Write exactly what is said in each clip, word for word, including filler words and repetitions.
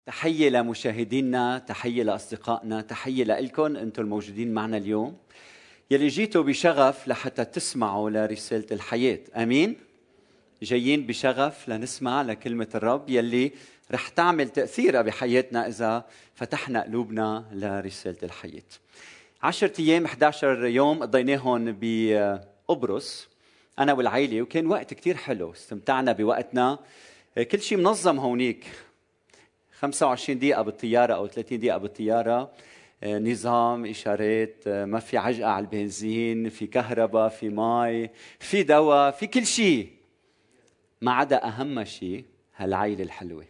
تحية لمشاهدينا، تحية لأصدقائنا، تحية لإلكم أنتم الموجودين معنا اليوم يلي جيتوا بشغف لحتى تسمعوا لرسالة الحياة. أمين؟ جايين بشغف لنسمع لكلمة الرب يلي رح تعمل تأثيرها بحياتنا إذا فتحنا قلوبنا لرسالة الحياة. عشرة أيام إحدى عشر يوم قضيناهم بقبرص أنا والعائلة، وكان وقت كتير حلو، استمتعنا بوقتنا. كل شيء منظم هونيك، خمسة وعشرين دقيقة بالطيارة أو ثلاثين دقيقة بالطيارة، نظام إشارات، ما في عجقة على البنزين، في كهرباء، في ماء، في دواء، في كل شيء، ما عدا أهم شيء هالعائلة الحلوة.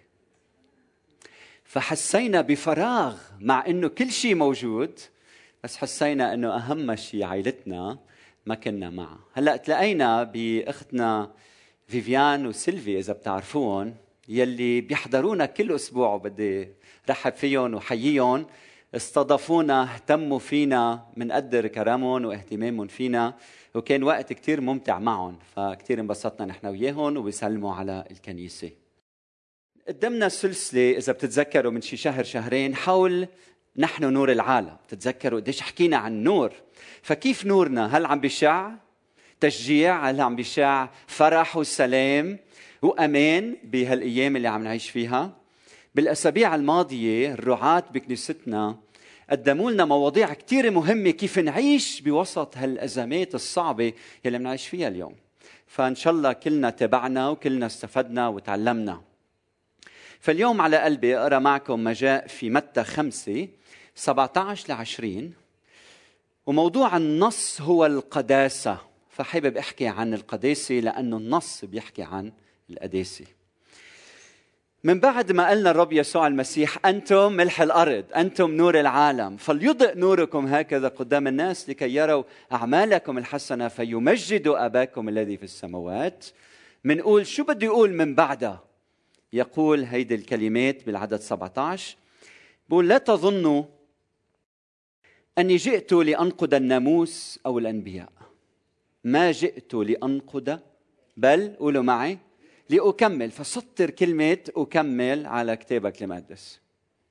فحسينا بفراغ مع إنه كل شيء موجود، بس حسينا إنه أهم شيء عائلتنا ما كنا معها. هلأ تلاقينا بأختنا فيفيان وسيلفي إذا بتعرفون، يلي بيحضرونا كل أسبوع، وبدي رحب فيهم وحييهم. استضافونا، اهتموا فينا، منقدر كرمهم واهتمامهم فينا، وكان وقت كتير ممتع معهم، فكتير انبسطنا نحن وياهم وبيسلموا على الكنيسة. قدمنا سلسلة إذا بتتذكروا من شي شهر شهرين حول نحن نور العالم. بتتذكروا قديش حكينا عن نور؟ فكيف نورنا؟ هل عم بيشع تشجيع؟ هل عم بيشع فرح وسلام وأمان بهالأيام اللي عم نعيش فيها؟ بالأسابيع الماضية الرعاة بكنيستنا قدموا لنا مواضيع كتير مهمة كيف نعيش بوسط هالأزمات الصعبة اللي بنعيش فيها اليوم. فإن شاء الله كلنا تبعنا وكلنا استفدنا وتعلمنا. فاليوم على قلبي أقرأ معكم ما جاء في متى خمسة سبعة عشر لعشرين، وموضوع النص هو القداسة. فحابب أحكي عن القداسة لأنه النص بيحكي عن القداسة. من بعد ما قالنا الرب يسوع المسيح أنتم ملح الأرض، أنتم نور العالم، فليضئ نوركم هكذا قدام الناس لكي يروا أعمالكم الحسنة فيمجدوا أباكم الذي في السماوات. منقول شو بده يقول من بعدها؟ يقول هيدي الكلمات بالعدد سبعة عشر، بقول لا تظنوا أني جئت لأنقض الناموس أو الأنبياء، ما جئت لأنقض بل قولوا معي لأكمل. فسطر كلمة أكمل على كتابك المقدس.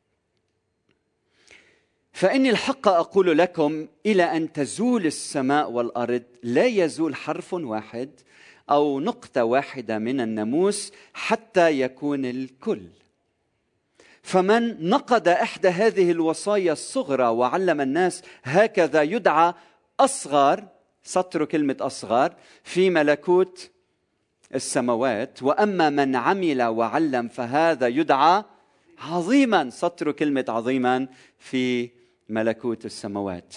فإني الحق أقول لكم إلى أن تزول السماء والأرض لا يزول حرف واحد أو نقطة واحدة من الناموس حتى يكون الكل. فمن نقض إحدى هذه الوصايا الصغرى وعلم الناس هكذا يدعى أصغر، سطروا كلمة أصغر، في ملكوت السماوات. وأما من عمل وعلم فهذا يدعى عظيما، سطروا كلمة عظيما، في ملكوت السماوات.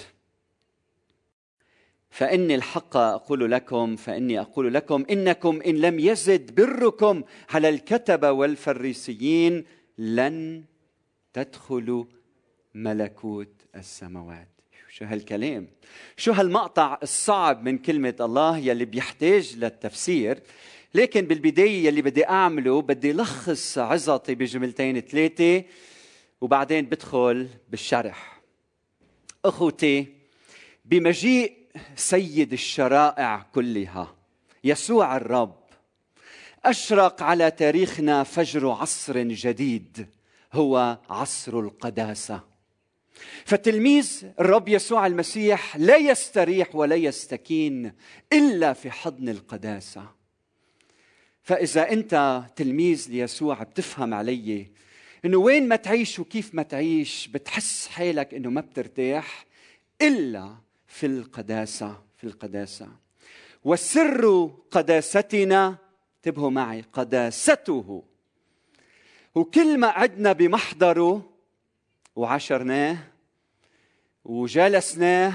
فإني الحق أقول لكم فإني أقول لكم إنكم إن لم يزد بركم على الكتبة والفريسيين لن تدخلوا ملكوت السماوات. شو هالكلام؟ شو هالمقطع الصعب من كلمة الله يلي بيحتاج للتفسير. لكن بالبداية يلي بدي أعمله بدي لخص عظتي بجملتين ثلاثة وبعدين بدخل بالشرح. أخوتي، بمجيء سيد الشرائع كلها يسوع الرب أشرق على تاريخنا فجر عصر جديد هو عصر القداسة. فتلميذ الرب يسوع المسيح لا يستريح ولا يستكين إلا في حضن القداسة. فإذا أنت تلميذ ليسوع بتفهم علي إنه وين ما تعيش وكيف ما تعيش بتحس حالك إنه ما بترتاح إلا في القداسة. في القداسة والسر قداستنا، انتبهوا معي، قداسته. وكل ما عدنا بمحضره وعشرناه وجالسناه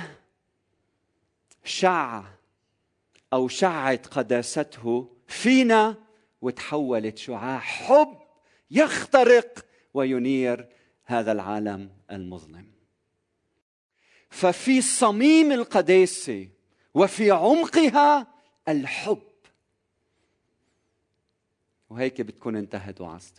شع أو شعت قداسته فينا وتحولت شعاع حب يخترق وينير هذا العالم المظلم. ففي صميم القداسة وفي عمقها الحب. وهيك بتكون انتهت وعظتي،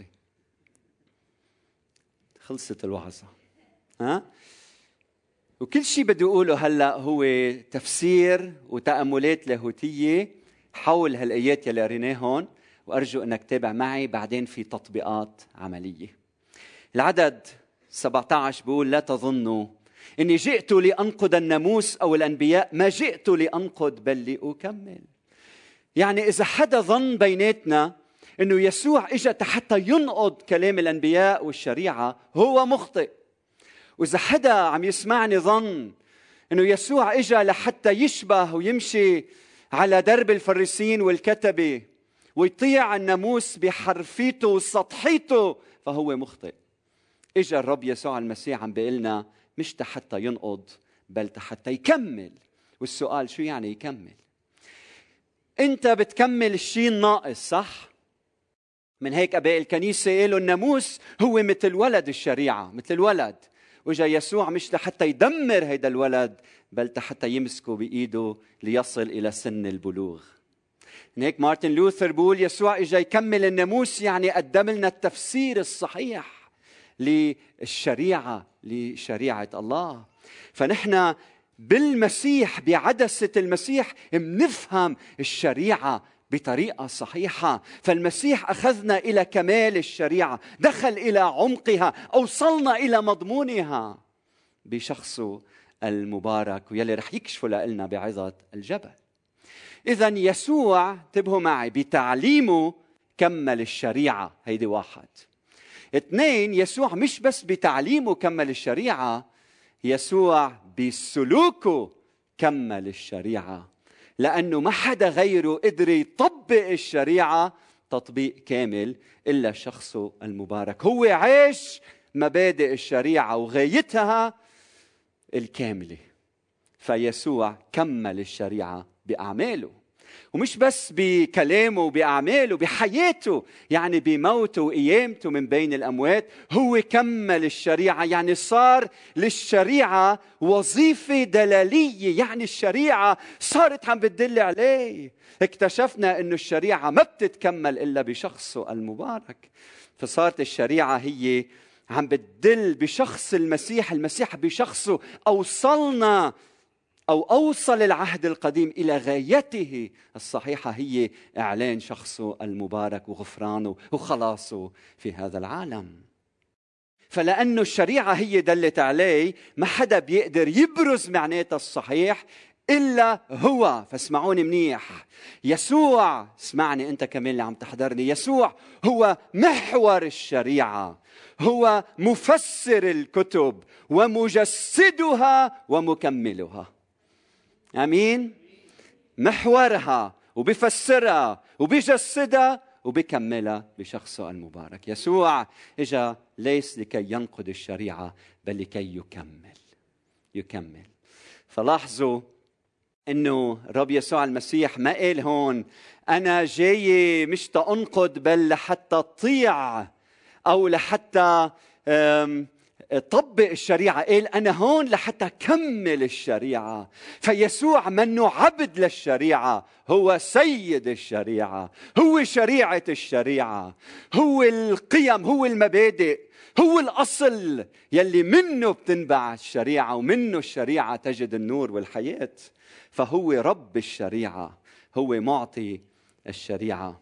خلصت الوعظة. ها؟ وكل شيء بدي أقوله هلأ هو تفسير وتأملات لاهوتية حول هالآيات اللي قريناهن، وأرجو أنك تتابع معي. بعدين في تطبيقات عملية. العدد سبعة عشر بيقول لا تظنوا إني جئت لأنقض الناموس أو الأنبياء، ما جئت لأنقض بل لأكمل. يعني إذا حدا ظن بيناتنا إنه يسوع إجا حتى ينقض كلام الأنبياء والشريعة هو مخطئ. وإذا حدا عم يسمعني ظن إنه يسوع إجا لحتى يشبه ويمشي على درب الفريسيين والكتبة ويطيع الناموس بحرفيته وسطحيته فهو مخطئ. إجا الرب يسوع المسيح عم بيقلنا مش حتى ينقض بل حتى يكمل. والسؤال شو يعني يكمل؟ أنت بتكمل الشيء الناقص، صح؟ من هيك أباء الكنيسة قالوا الناموس هو مثل ولد الشريعة، مثل الولد، وجا يسوع مش لحتى يدمر هيدا الولد بل حتى يمسكه بإيده ليصل إلى سن البلوغ. من هيك مارتن لوثر بيقول يسوع إجا يكمل الناموس، يعني قدم لنا التفسير الصحيح للشريعة، لشريعة الله. فنحن بالمسيح، بعدسة المسيح، منفهم الشريعة بطريقة صحيحة. فالمسيح أخذنا إلى كمال الشريعة، دخل إلى عمقها، أوصلنا إلى مضمونها بشخصه المبارك ويلي رح يكشفه لنا بعظة الجبل. إذن يسوع، انتبهوا معي، بتعليمه كمل الشريعة، هيدي واحد. اثنين، يسوع مش بس بتعليمه كمل الشريعة، يسوع بسلوكه كمل الشريعة، لأنه ما حدا غيره قدر يطبق الشريعة تطبيق كامل إلا شخصه المبارك. هو عاش مبادئ الشريعة وغايتها الكاملة. فيسوع كمل الشريعة بأعماله، ومش بس بكلامه وبأعماله، بحياته، يعني بموته وقيامته من بين الأموات. هو كمل الشريعة، يعني صار للشريعة وظيفة دلالية، يعني الشريعة صارت عم بتدل عليه. اكتشفنا أن الشريعة ما بتتكمل إلا بشخصه المبارك، فصارت الشريعة هي عم بتدل بشخص المسيح. المسيح بشخصه أوصلنا أو أوصل العهد القديم إلى غايته الصحيحة، هي إعلان شخصه المبارك وغفرانه وخلاصه في هذا العالم. فلأنه الشريعة هي دلت عليه، ما حدا بيقدر يبرز معناتها الصحيح إلا هو. فاسمعوني منيح، يسوع، اسمعني أنت كمان اللي عم تحضرني، يسوع هو محور الشريعة، هو مفسر الكتب ومجسدها ومكملها. امين. محورها وبفسرها وبجسدها وبكملها بشخصه المبارك. يسوع اجا ليس لكي ينقض الشريعه بل لكي يكمل يكمل فلاحظوا انه الرب يسوع المسيح ما قال هون انا جاي مش تنقض بل لحتى تطيع او لحتى طبق الشريعة. قال أنا هون لحتى كمل الشريعة. فيسوع منه عبد للشريعة، هو سيد الشريعة، هو شريعة الشريعة، هو القيم، هو المبادئ، هو الأصل يلي منه بتنبع الشريعة ومنه الشريعة تجد النور والحياة. فهو رب الشريعة، هو معطي الشريعة.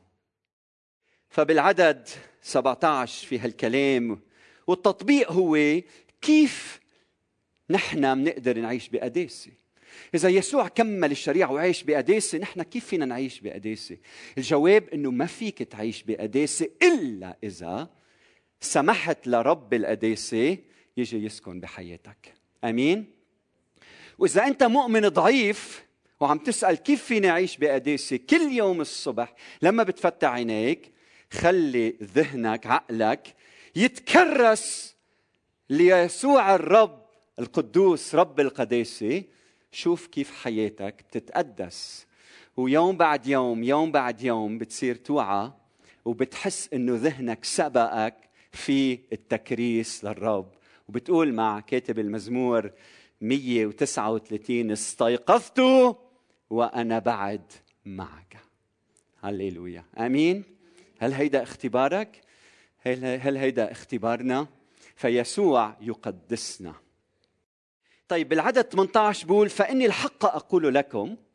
فبالعدد سبعة عشر في هالكلام والتطبيق هو كيف نحن منقدر نعيش بقداسة. إذا يسوع كمل الشريعة وعيش بقداسة، نحن كيف فينا نعيش بقداسة؟ الجواب إنه ما فيك تعيش بقداسة إلا إذا سمحت لرب القداسة يجي يسكن بحياتك. أمين؟ وإذا أنت مؤمن ضعيف وعم تسأل كيف فيني أعيش بقداسة، كل يوم الصبح لما بتفتح عينيك خلي ذهنك، عقلك يتكرس ليسوع الرب القدوس رب القداسة. شوف كيف حياتك بتتقدس، ويوم بعد يوم يوم بعد يوم بتصير توعى وبتحس انه ذهنك سبقك في التكريس للرب، وبتقول مع كاتب المزمور مية وتسعة وثلاثين استيقظت وأنا بعد معك. هللويا. آمين. هل هيدا اختبارك؟ هل هيدا اختبارنا؟ فيسوع يقدسنا. طيب بالعدد ثمانية عشر بقول فإني الحق أقول لكم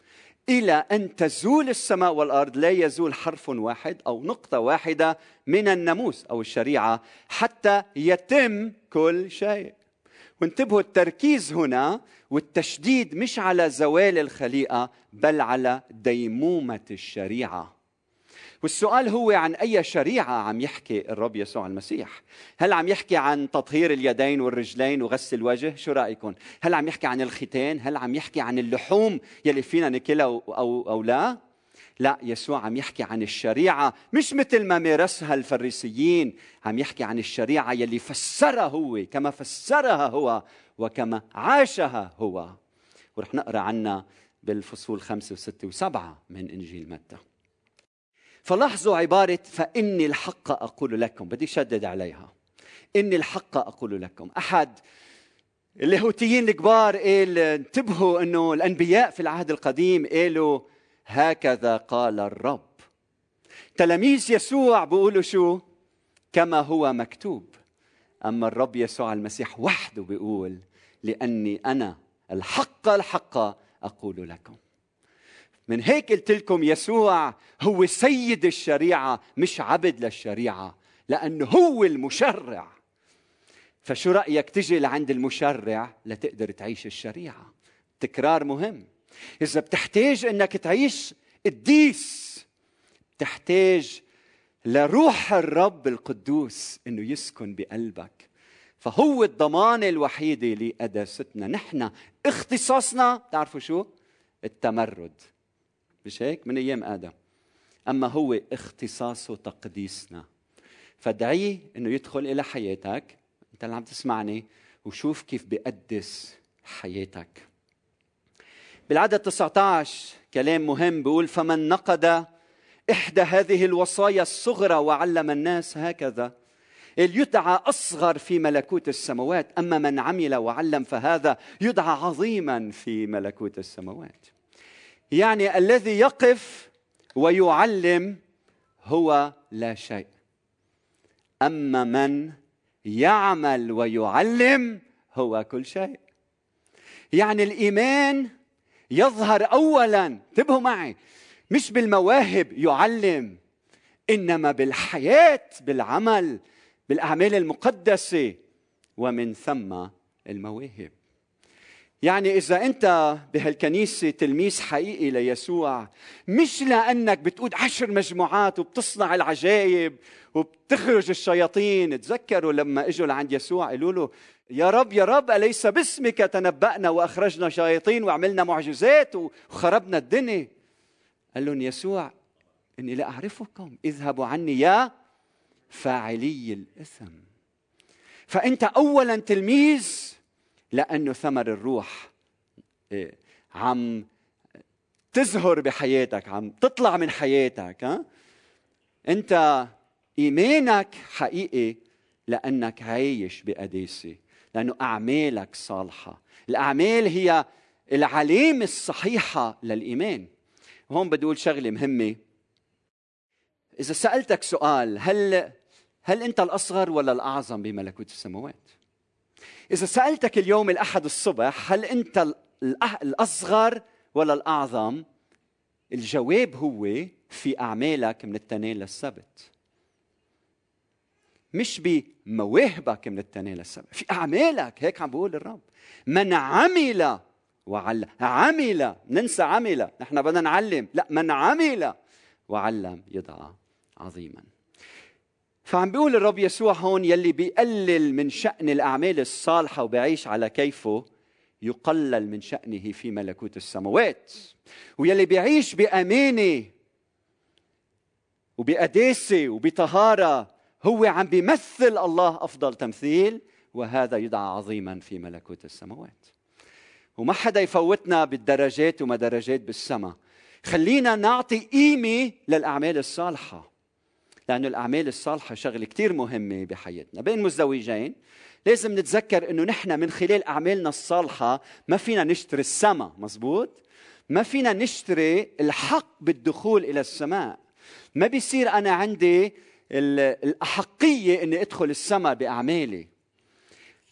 إلى أن تزول السماء والأرض لا يزول حرف واحد أو نقطة واحدة من الناموس أو الشريعة حتى يتم كل شيء. وانتبهوا، التركيز هنا والتشديد مش على زوال الخليقة بل على ديمومة الشريعة. والسؤال هو عن أي شريعة عم يحكي الرب يسوع المسيح؟ هل عم يحكي عن تطهير اليدين والرجلين وغسل الوجه؟ شو رأيكم؟ هل عم يحكي عن الختان؟ هل عم يحكي عن اللحوم يلي فينا ناكلها أو, أو, أو لا؟ لا، يسوع عم يحكي عن الشريعة مش مثل ما مارسها الفريسيين، عم يحكي عن الشريعة يلي فسرها هو كما فسرها هو وكما عاشها هو. ورح نقرأ عنها بالفصول خمسة وستة وسبعة من إنجيل متى. فلاحظوا عبارة فإني الحق أقول لكم، بدي شدد عليها. إني الحق أقول لكم. أحد اللاهوتيين الكبار قال انتبهوا أنه الأنبياء في العهد القديم قالوا هكذا قال الرب. تلاميذ يسوع بيقولوا شو؟ كما هو مكتوب. أما الرب يسوع المسيح وحده بيقول لأني أنا الحق الحق أقول لكم. من هيك قلت لكم يسوع هو سيد الشريعة مش عبد للشريعة، لأنه هو المشرع. فشو رأيك تجي لعند المشرع لتقدر تعيش الشريعة؟ تكرار مهم. إذا بتحتاج أنك تعيش قديس، تحتاج لروح الرب القدوس أنه يسكن بقلبك. فهو الضمانة الوحيدة لقداستنا. نحن اختصاصنا تعرفوا شو؟ التمرد، مش هيك؟ من أيام آدم. أما هو اختصاصه تقديسنا. فادعيه أنه يدخل إلى حياتك، أنت اللي عم تسمعني، وشوف كيف بيقدس حياتك. بالعدد تسعة عشر كلام مهم بيقول فمن نقض إحدى هذه الوصايا الصغرى وعلم الناس هكذا يدعى أصغر في ملكوت السماوات، أما من عمل وعلم فهذا يدعى عظيما في ملكوت السماوات. يعني الذي يقف ويعلم هو لا شيء، أما من يعمل ويعلم هو كل شيء. يعني الإيمان يظهر أولا، انتبهوا معي، مش بالمواهب يعلم، إنما بالحياة، بالعمل، بالأعمال المقدسة، ومن ثم المواهب. يعني إذا أنت بهالكنيسة تلميذ حقيقي ليسوع، مش لأنك بتقود عشر مجموعات وبتصنع العجائب وبتخرج الشياطين. تذكروا لما اجوا لعند يسوع قالوا له يا رب يا رب أليس باسمك تنبأنا وأخرجنا شياطين وعملنا معجزات وخربنا الدنيا؟ قال لهم يسوع إني لا أعرفكم، اذهبوا عني يا فاعلي الإثم. فأنت أولا تلميذ لأنه ثمر الروح عم تزهر بحياتك، عم تطلع من حياتك. ها؟ أنت إيمانك حقيقي لأنك عايش بقداسة، لأنه أعمالك صالحة. الأعمال هي العلامة الصحيحة للإيمان. وهون بدي أقول شغلة مهمة. إذا سألتك سؤال، هل هل أنت الأصغر ولا الأعظم بملكوت السماوات؟ إذا سألتك اليوم الأحد الصبح هل أنت الأصغر ولا الأعظم؟ الجواب هو في أعمالك من التنين للسبت، مش بمواهبك من التنين للسبت، في أعمالك. هيك عم بقول الرب من عمل وعلم. عمل، ننسى عمل، نحن بدنا نعلم. لا، من عمل وعلم يدعى عظيما. فعم بيقول الرب يسوع هون يلي بيقلل من شأن الأعمال الصالحة وبيعيش على كيفه يقلل من شأنه في ملكوت السماوات. ويلي بيعيش بأمانة وبقداسة وبطهارة هو عم بيمثل الله أفضل تمثيل، وهذا يدعى عظيما في ملكوت السماوات. وما حدا يفوتنا بالدرجات وما درجات بالسماء. خلينا نعطي قيمة للأعمال الصالحة، لأن الأعمال الصالحة شغلة كتير مهمة بحياتنا. بين مزدوجين لازم نتذكر أنه نحن من خلال أعمالنا الصالحة ما فينا نشتري السماء، مزبوط؟ ما فينا نشتري الحق بالدخول إلى السماء. ما بيصير أنا عندي الأحقية أني أدخل السماء بأعمالي.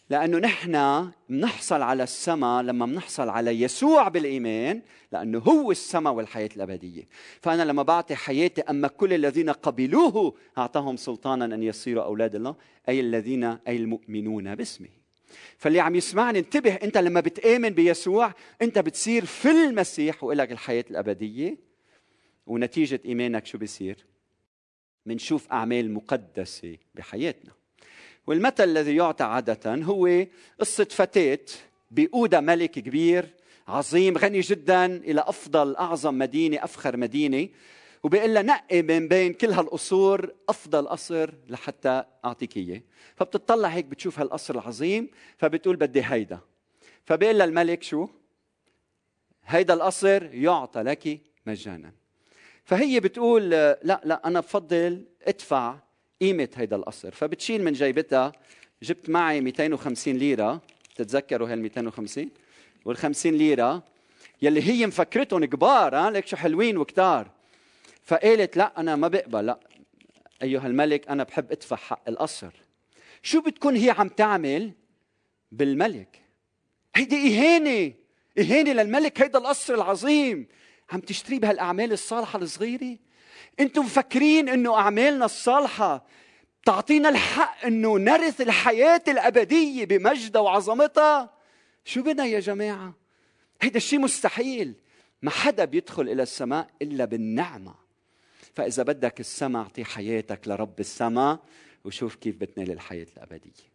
لأنه نحن بنحصل على السماء لما بنحصل على يسوع بالإيمان، لأنه هو السماء والحياة الأبدية. فأنا لما بعطي حياتي، أما كل الذين قبلوه أعطاهم سلطانا أن يصيروا أولاد الله، أي الذين أي المؤمنون باسمه. فاللي عم يسمعني انتبه، أنت لما بتآمن بيسوع أنت بتصير في المسيح وإلك الحياة الأبدية. ونتيجة إيمانك شو بيصير؟ منشوف أعمال مقدسة بحياتنا. والمثل الذي يعطى عادة هو قصة فتاة بيقودها ملك كبير عظيم غني جدا إلى أفضل أعظم مدينة أفخر مدينة، وبيقول لها نقي من بين كل هالقصور أفضل قصر لحتى أعطيك إياه. فبتطلع هيك بتشوف هالقصر العظيم، فبتقول بدي هيدا. فبيقول لها الملك شو؟ هيدا القصر يعطى لك مجانا. فهي بتقول لا لا أنا بفضل أدفع قيمة هيدا القصر. فبتشيل من جيبتها، جبت معي مئتين وخمسين ليرة، تتذكروا هال مئتين وخمسين والخمسين ليرة يلي هي مفكرتهم كبار، ها ليك شو حلوين وكتار. فقالت لا أنا ما بقبل، لا أيها الملك أنا بحب أدفع حق القصر. شو بتكون هي عم تعمل بالملك؟ هيدي إهانة، إهانة للملك. هيدا القصر العظيم عم تشتري بهالأعمال الصالحة الصغيرة. أنتم مفكرين أنه أعمالنا الصالحة تعطينا الحق أنه نرث الحياة الأبدية بمجدها وعظمتها؟ شو بدنا يا جماعة؟ هيدا الشيء مستحيل. ما حدا بيدخل إلى السماء إلا بالنعمة. فإذا بدك السماء اعطي حياتك لرب السماء وشوف كيف بتنال الحياة الأبدية.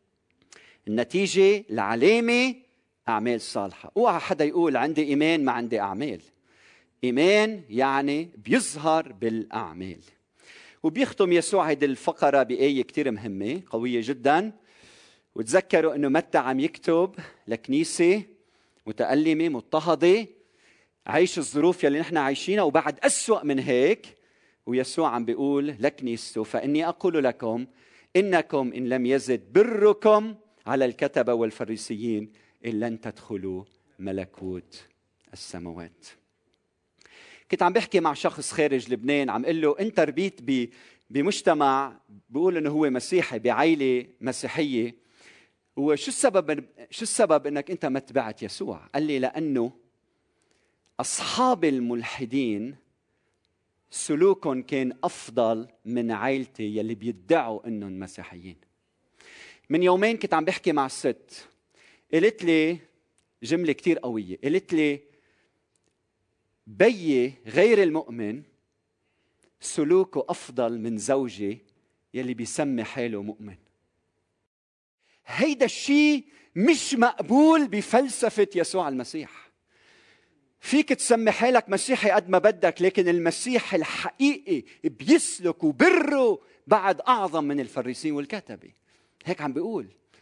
النتيجة العلامة أعمال صالحة. اوعى حدا يقول عندي إيمان ما عندي أعمال. إيمان يعني بيظهر بالأعمال. وبيختم يسوع هيدي الفقرة بآية كتير مهمة قوية جدا. وتذكروا أنه متى عم يكتب لكنيسة متألمة مضطهدة عيش الظروف يلي نحن عايشينها وبعد أسوأ من هيك، ويسوع عم بيقول لكنيسته فإني أقول لكم إنكم إن لم يزد بركم على الكتبة والفريسيين إن لن تدخلوا ملكوت السماوات. كنت عم بحكي مع شخص خارج لبنان، عم قل له أنت ربيت بمجتمع بيقول إنه هو مسيحي بعائلة مسيحية، وشو السبب شو السبب إنك أنت ما تبعت يسوع؟ قال لي لأنه أصحاب الملحدين سلوكهم كان أفضل من عائلتي يلي بيدعوا إنهم مسيحيين. من يومين كنت عم بحكي مع الست، قالت لي جملة كتير قوية، قالت لي بيي غير المؤمن سلوكه أفضل من زوجي يلي بيسمي حاله مؤمن. هيدا الشيء مش مقبول بفلسفة يسوع المسيح. فيك تسمي حالك مسيحي قد ما بدك، لكن المسيح الحقيقي بيسلك وبره بعد أعظم من الفريسين والكتبة. هيك عم بيقول.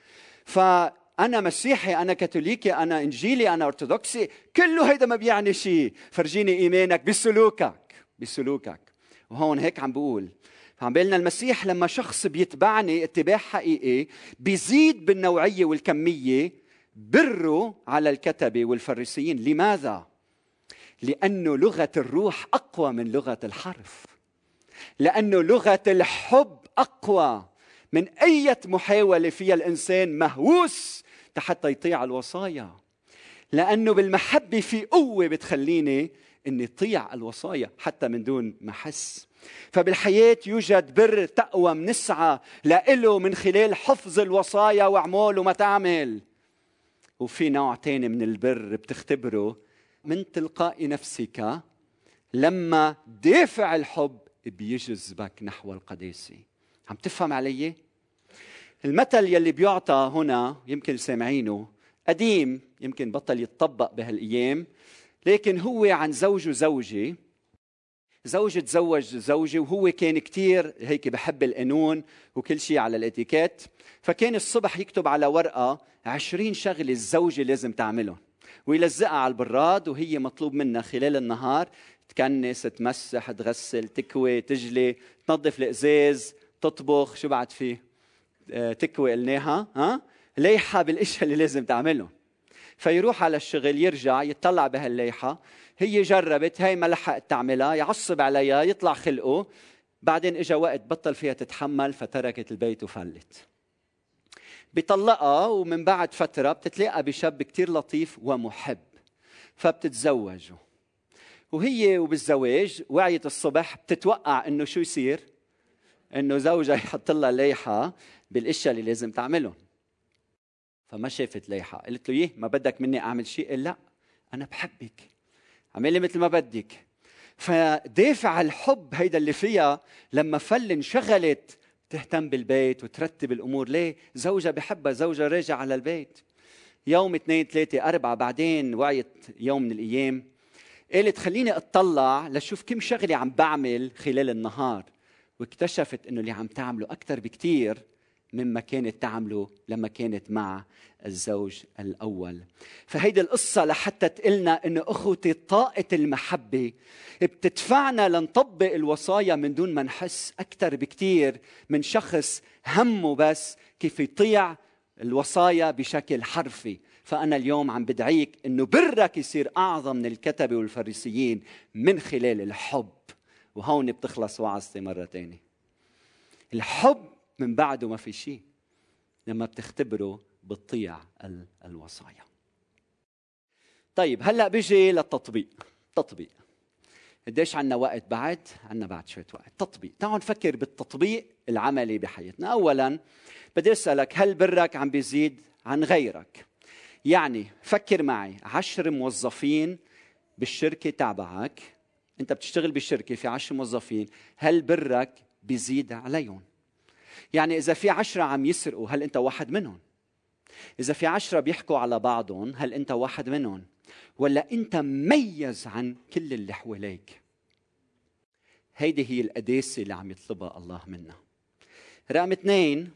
فأنا مسيحي، أنا كاثوليكي، أنا إنجيلي، أنا أرثوذكسي، كله هيدا ما بيعني شيء. فرجيني إيمانك بسلوكك بسلوكك. وهون هيك عم بيقول، عم بيقولنا المسيح لما شخص بيتبعني اتباع حقيقي بيزيد بالنوعية والكمية بره على الكتبة والفريسيين. لماذا؟ لأنه لغة الروح أقوى من لغة الحرف، لأنه لغة الحب أقوى من أي محاولة فيها الإنسان مهووس حتى يطيع الوصايا، لأنه بالمحبة في قوة بتخليني أني أطيع الوصايا حتى من دون ما أحس. فبالحياة يوجد بر تقوى منسعى لإله من خلال حفظ الوصايا وأعمال وما تعمل. وفي نوع تاني من البر بتختبره من تلقاء نفسك لما دافع الحب بيجذبك نحو القداسة. عم تفهم علي؟ المثل يلي بيعطى هنا يمكن سامعينه قديم، يمكن بطل يتطبق بهالأيام، لكن هو عن زوج وزوجة. زوج تزوج زوجة وهو كان كتير هيك بحب القانون وكل شيء على الاتيكيت. فكان الصبح يكتب على ورقة عشرين شغلة الزوجة لازم تعملهم ويلزقها على البراد، وهي مطلوب منها خلال النهار تكنس، تمسح، تغسل، تكوي، تجلي، تنظف الإزاز، تطبخ، شو بعد فيه اه تكوي قلناها، ها ليحة بالاشياء اللي لازم تعملهم. فيروح على الشغل يرجع يتطلع بهالليحة، هي جربت هاي ما لحقت تعملها، يعصب عليها يطلع خلقه. بعدين اجى وقت بطل فيها تتحمل فتركت البيت وفلت. بيطلقها ومن بعد فترة بتتلاقى بشاب كتير لطيف ومحب، فبتتزوجوا. وهي وبالزواج وعيت الصبح بتتوقع انه شو يصير؟ انه زوجها يحط لها ليحة بالاشياء اللي لازم تعملهم. فما شافت ليحة، قالت له يه ما بدك مني اعمل شيء؟ قال لا انا بحبك، اعملي مثل ما بدك. فدافع الحب هيدا اللي فيها لما فل انشغلت تهتم بالبيت وترتب الامور. ليه؟ زوجها بحبها، زوجها راجع على البيت. يوم اثنين ثلاثة أربعة بعدين وعيت يوم من الأيام، قالت خليني أطلع لشوف كم شغلة عم بعمل خلال النهار. واكتشفت إنه اللي عم تعمله أكتر بكتير مما كانت تعمله لما كانت مع الزوج الأول. فهيدي القصة لحتى تقلنا إنه أخوتي طاقة المحبة بتدفعنا لنطبق الوصايا من دون ما نحس أكتر بكتير من شخص همه بس كيف يطيع الوصايا بشكل حرفي. فأنا اليوم عم بدعيك إنه برك يصير أعظم من الكتبة والفريسيين من خلال الحب. وهون بتخلص وعظتي مرة تانية. الحب من بعده ما في شيء لما بتختبره بتطيع الوصايا. طيب هلأ بيجي للتطبيق. تطبيق قديش عنا وقت؟ بعد عنا بعد شوية وقت. تطبيق، تعالوا نفكر بالتطبيق العملي بحياتنا. أولا بدي أسألك، هل برك عم بيزيد عن غيرك؟ يعني فكر معي، عشر موظفين بالشركة تابعك، أنت بتشتغل بالشركة في عشر موظفين، هل برك بيزيد عليهم؟ يعني إذا في عشرة عم يسرقوا هل أنت واحد منهم؟ إذا في عشرة بيحكوا على بعضهم هل أنت واحد منهم؟ ولا أنت مميز عن كل اللي حواليك؟ هيدي هي القداسة اللي عم يطلبها الله منا. رقم اثنين،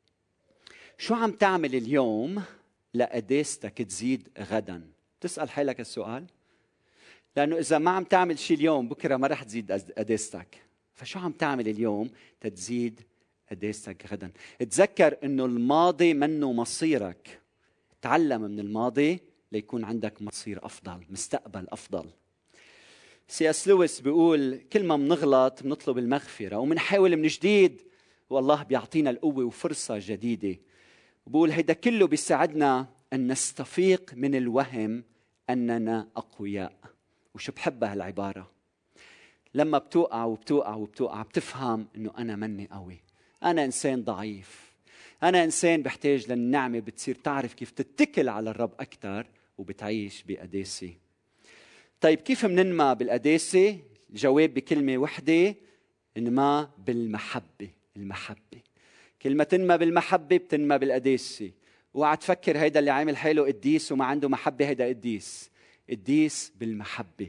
شو عم تعمل اليوم لقداستك تزيد غدا؟ تسأل حالك السؤال، لأنه إذا ما عم تعمل شيء اليوم بكرة ما رح تزيد قداستك. فشو عم تعمل اليوم تزيد قداستك غدا؟ تذكر إنه الماضي منه مصيرك. تعلم من الماضي ليكون عندك مصير أفضل، مستقبل أفضل. سي اس لويس بيقول كل ما منغلط بنطلب المغفرة ومنحاول من جديد والله بيعطينا القوة وفرصة جديدة. بقول هيدا كله بيساعدنا أن نستفيق من الوهم أننا أقوياء. وشو بحبها هالعبارة، لما بتوقع وبتوقع وبتوقع بتفهم أنه أنا مني قوي، أنا إنسان ضعيف، أنا إنسان بحتاج للنعمة. بتصير تعرف كيف تتكل على الرب أكثر وبتعيش بقداسة. طيب كيف مننمى بالقداسة؟ الجواب بكلمة وحدة، انما بالمحبة. المحبة كلمة تنمى بالمحبة بتنمى بالقداسة. اوعى تفكر هيدا اللي عامل حاله قديس وما عنده محبة هيدا قديس. قديس بالمحبة.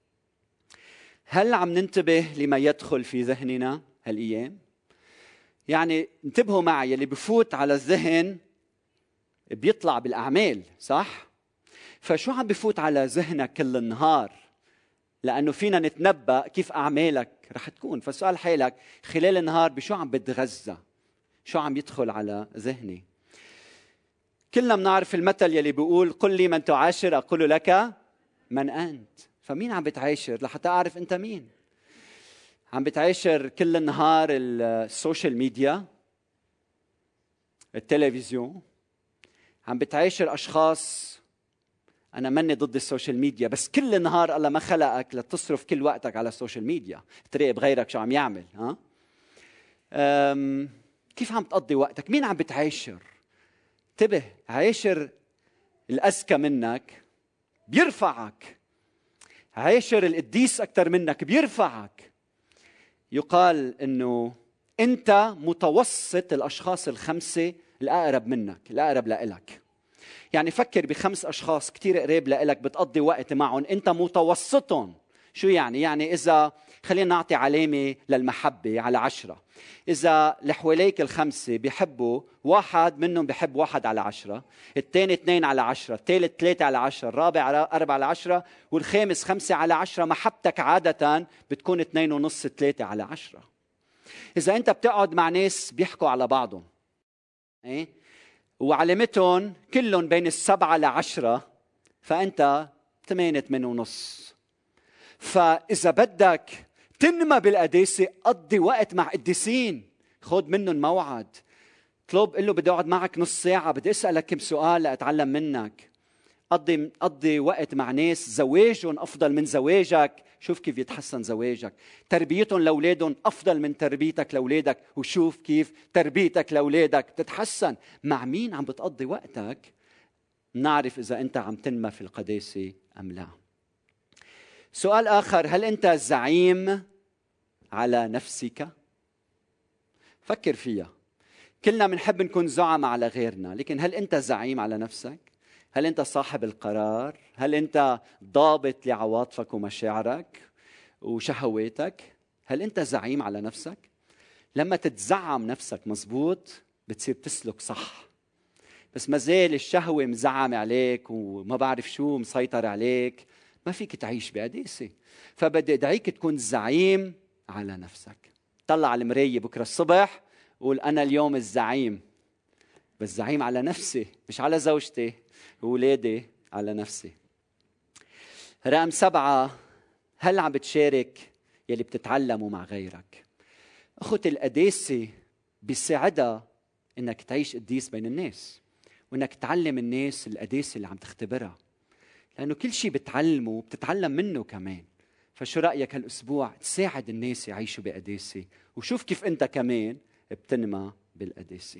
هل عم ننتبه لما يدخل في ذهننا هالأيام؟ يعني انتبهوا معي، اللي بفوت على الذهن بيطلع بالأعمال، صح؟ فشو عم بفوت على ذهنك كل النهار؟ لأنه فينا نتنبأ كيف أعمالك رح تكون. فسؤال حالك خلال النهار بشو عم بتغذى؟ شو عم يدخل على ذهني؟ كلنا بنعرف المثل يلي بيقول قل لي من تعاشر أقول لك من أنت. فمين عم بتعاشر لحتى أعرف أنت مين؟ عم بتعاشر كل النهار السوشيال ميديا، التلفزيون، عم بتعاشر أشخاص. أنا مني ضد السوشيال ميديا، بس كل النهار الله ما خلقك لتصرف كل وقتك على السوشيال ميديا، تراقب غيرك شو عم يعمل. ها؟ كيف عم تقضي وقتك؟ مين عم بتعاشر؟ انتبه، عاشر الأذكى منك بيرفعك، عاشر القديس أكثر منك بيرفعك. يقال إنه أنت متوسط الأشخاص الخمسة الأقرب منك، الأقرب لإلك. يعني فكر بخمس أشخاص كتير قريب لإلك بتقضي وقت معهم، أنت متوسطهم. شو يعني؟ يعني إذا خلينا نعطي علامة للمحبة على عشرة، إذا لحواليك الخمسة بيحبوا واحد منهم بيحب واحد على عشرة، الثاني اثنين على عشرة، الثالث ثلاثة على عشرة، الرابع أربعة على عشرة، والخامس خمسة على عشرة، محبتك عادة بتكون اثنين ونص ثلاثة على عشرة. إذا أنت بتقعد مع ناس بيحكوا على بعضهم إيه؟ وعلامتهم كلهم بين السبعة لعشرة، فأنت ثمانية ثمانية ونص. فإذا بدك تنمى بالقداسة قضي وقت مع قديسين، خذ منهم موعد، اطلب، قل له بدي اقعد معك نص ساعة، بدي اسألك كم سؤال لأتعلم منك. قضي قضي وقت مع ناس زواجهم أفضل من زواجك، شوف كيف يتحسن زواجك. تربيتهم لأولادهم أفضل من تربيتك لأولادك، وشوف كيف تربيتك لأولادك تتحسن. مع مين عم بتقضي وقتك نعرف إذا أنت عم تنمى في القداسة أم لا. سؤال آخر، هل أنت زعيم على نفسك؟ فكر فيها. كلنا بنحب نكون زعماء على غيرنا، لكن هل أنت زعيم على نفسك؟ هل أنت صاحب القرار؟ هل أنت ضابط لعواطفك ومشاعرك وشهواتك؟ هل أنت زعيم على نفسك؟ لما تتزعم نفسك مزبوط بتصير تسلك صح. بس ما زال الشهوة مزعم عليك وما بعرف شو مسيطر عليك، ما فيك تعيش بقداسة. فبدي أدعيك تكون زعيم على نفسك. طلع على المراية بكرة الصبح قول أنا اليوم الزعيم، بس زعيم على نفسي مش على زوجتي وولادي، على نفسي. رقم سبعة، هل عم بتشارك يلي بتتعلمه مع غيرك؟ أخوتي القداسة بيساعدها إنك تعيش قديس بين الناس، وإنك تعلم الناس القداسة اللي عم تختبرها، لأنه كل شيء بتعلمه بتتعلم منه كمان. فشو رأيك هالأسبوع تساعد الناس يعيشوا بقداسة، وشوف كيف أنت كمان بتنمى بالقداسة.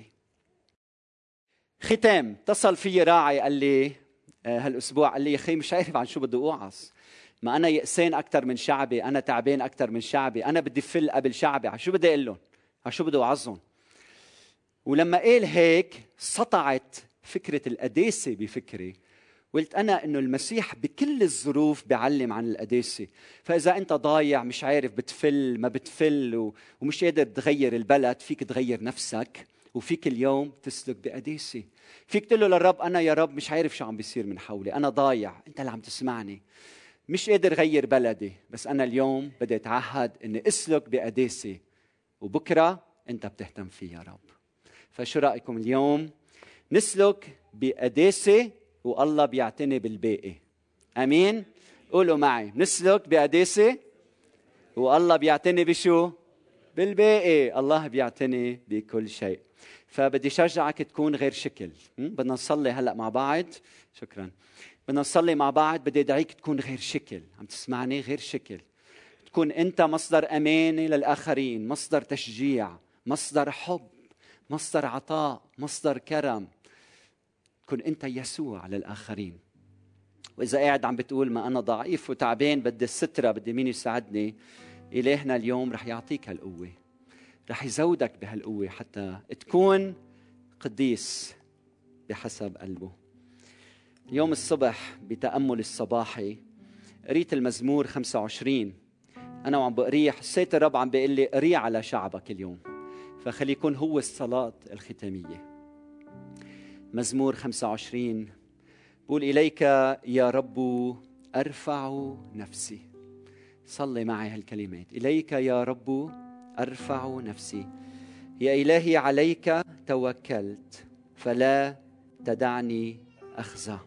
ختام، اتصل في راعي قال لي هالأسبوع، قال لي يا أخي مش عارف عن شو بدي أوعظ، ما أنا يأسان أكتر من شعبي، أنا تعبان أكتر من شعبي، أنا بدي فل قبل شعبي، عن شو بدي أقول لهم؟ عن شو بدي أوعظهم؟ ولما قال هيك سطعت فكرة القداسة بفكري. قلت أنا إنه المسيح بكل الظروف بيعلم عن القداسة. فإذا أنت ضايع مش عارف بتفل ما بتفل ومش قادر تغير البلد، فيك تغير نفسك، وفيك اليوم تسلك بقداسة. فيك تقول له للرب أنا يا رب مش عارف شو عم بيصير من حولي، أنا ضايع، أنت اللي عم تسمعني، مش قادر غير بلدي، بس أنا اليوم بدي أتعهد إني أسلك بقداسة، وبكرة أنت بتهتم فيه يا رب. فشو رأيكم اليوم نسلك بقداسة والله بيعتني بالباقي؟ أمين؟ قولوا معي، نسلك بقداسة والله بيعتني بشو؟ بالباقي. الله بيعتني بكل شيء. فبدي شجعك تكون غير شكل. بدنا نصلي هلأ مع بعض. شكرا. بدنا نصلي مع بعض. بدي أدعيك تكون غير شكل. عم تسمعني؟ غير شكل. تكون أنت مصدر أمانة للآخرين، مصدر تشجيع، مصدر حب، مصدر عطاء، مصدر كرم. تكون أنت يسوع للآخرين. وإذا قاعد عم بتقول ما أنا ضعيف وتعبان بدي السترة، بدي مين يساعدني، إلهنا اليوم رح يعطيك هالقوة، رح يزودك بهالقوة حتى تكون قديس بحسب قلبه. اليوم الصبح بتأمل الصباحي قريت المزمور خمسة وعشرين. أنا وعم بقريه حسيت الرب عم بيقول لي قريه على شعبك اليوم، فخلي يكون هو الصلاة الختامية. مزمور خمسة وعشرين بقول إليك يا رب أرفع نفسي. صلي معي هالكلمات، إليك يا رب أرفع نفسي، يا إلهي عليك توكلت فلا تدعني أخزى.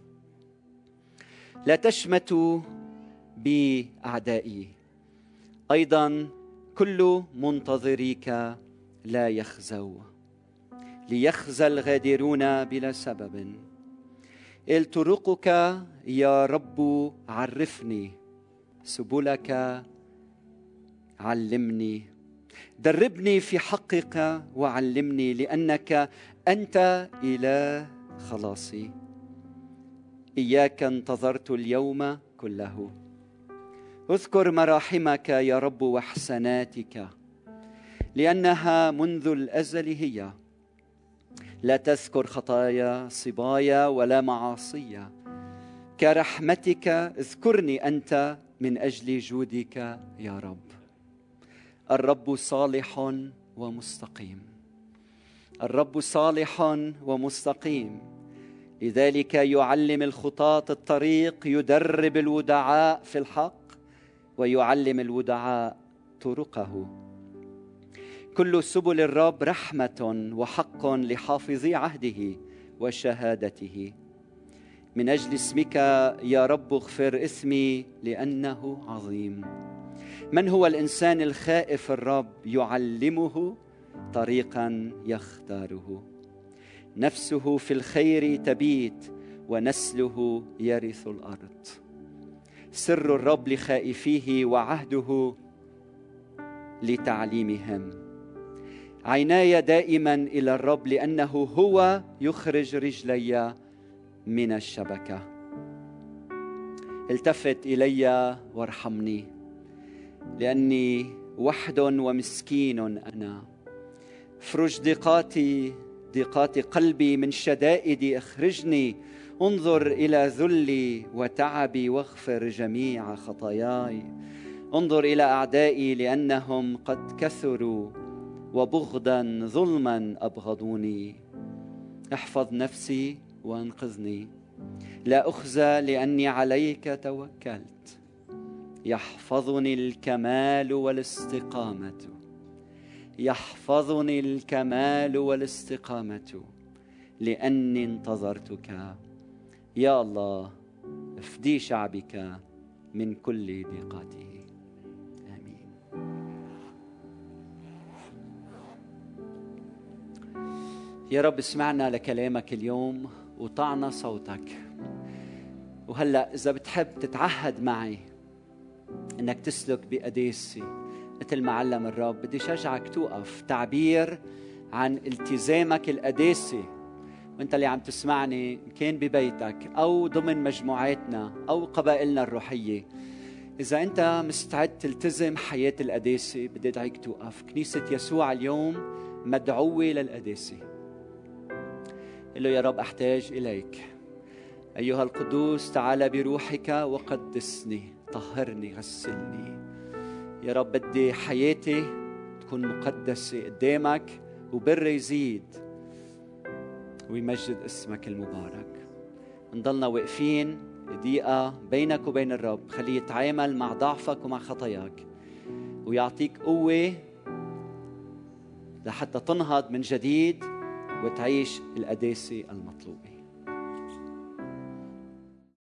لا تشمتوا بي أعدائي، أيضا كل منتظريك لا يخزوا، ليخزى الغادرون بلا سبب. إل طرقك يا رب عرفني، سبلك علمني، دربني في حقك وعلمني، لأنك أنت إله خلاصي. إياك انتظرت اليوم كله، اذكر مراحمك يا رب واحساناتك، لأنها منذ الأزل هي. لا تذكر خطايا صبايا ولا معاصي، كرحمتك اذكرني أنت من أجل جودك يا رب. الرب صالح ومستقيم، الرب صالح ومستقيم، لذلك يعلم الخطاة الطريق، يدرب الودعاء في الحق ويعلم الودعاء طرقه. كل سبل الرب رحمة وحق لحافظي عهده وشهادته. من أجل اسمك يا رب اغفر إثمي لأنه عظيم. من هو الإنسان الخائف الرب؟ يعلمه طريقا يختاره. نفسه في الخير تبيت ونسله يرث الأرض. سر الرب لخائفيه وعهده لتعليمهم. عيناي دائما إلى الرب لأنه هو يخرج رجلي من الشبكة. التفت إلي وارحمني لأني وحد ومسكين أنا. افرج ضيقاتي ضيقات قلبي، من شدائدي اخرجني. انظر إلى ذلي وتعبي واغفر جميع خطاياي. انظر إلى أعدائي لأنهم قد كثروا، وبغضا ظلما أبغضوني. احفظ نفسي وانقذني، لا أخزى لأني عليك توكلت. يحفظني الكمال والاستقامة، يحفظني الكمال والاستقامة لأني انتظرتك. يا الله افدي شعبك من كل ضيقاته. آمين. يا رب اسمعنا لكلامك اليوم وطعنا صوتك. وهلأ إذا بتحب تتعهد معي إنك تسلك بقداسة مثل ما علم الرب، بدي شجعك توقف تعبير عن التزامك القداسي. وانت اللي عم تسمعني إن كان ببيتك أو ضمن مجموعاتنا أو قبائلنا الروحية، إذا أنت مستعد تلتزم حياة القداسة بدي أدعيك توقف. كنيسة يسوع اليوم مدعوة للقداسة. قل له يا رب أحتاج إليك. أيها القدوس تعال بروحك وقدسني، طهرني، غسلني. يا رب بدي حياتي تكون مقدسة قدامك وبر يزيد ويمجد اسمك المبارك. نضلنا واقفين دقيقة بينك وبين الرب، خليه يتعامل مع ضعفك ومع خطاياك ويعطيك قوة لحتى تنهض من جديد وتعيش القداسة المطلوبة.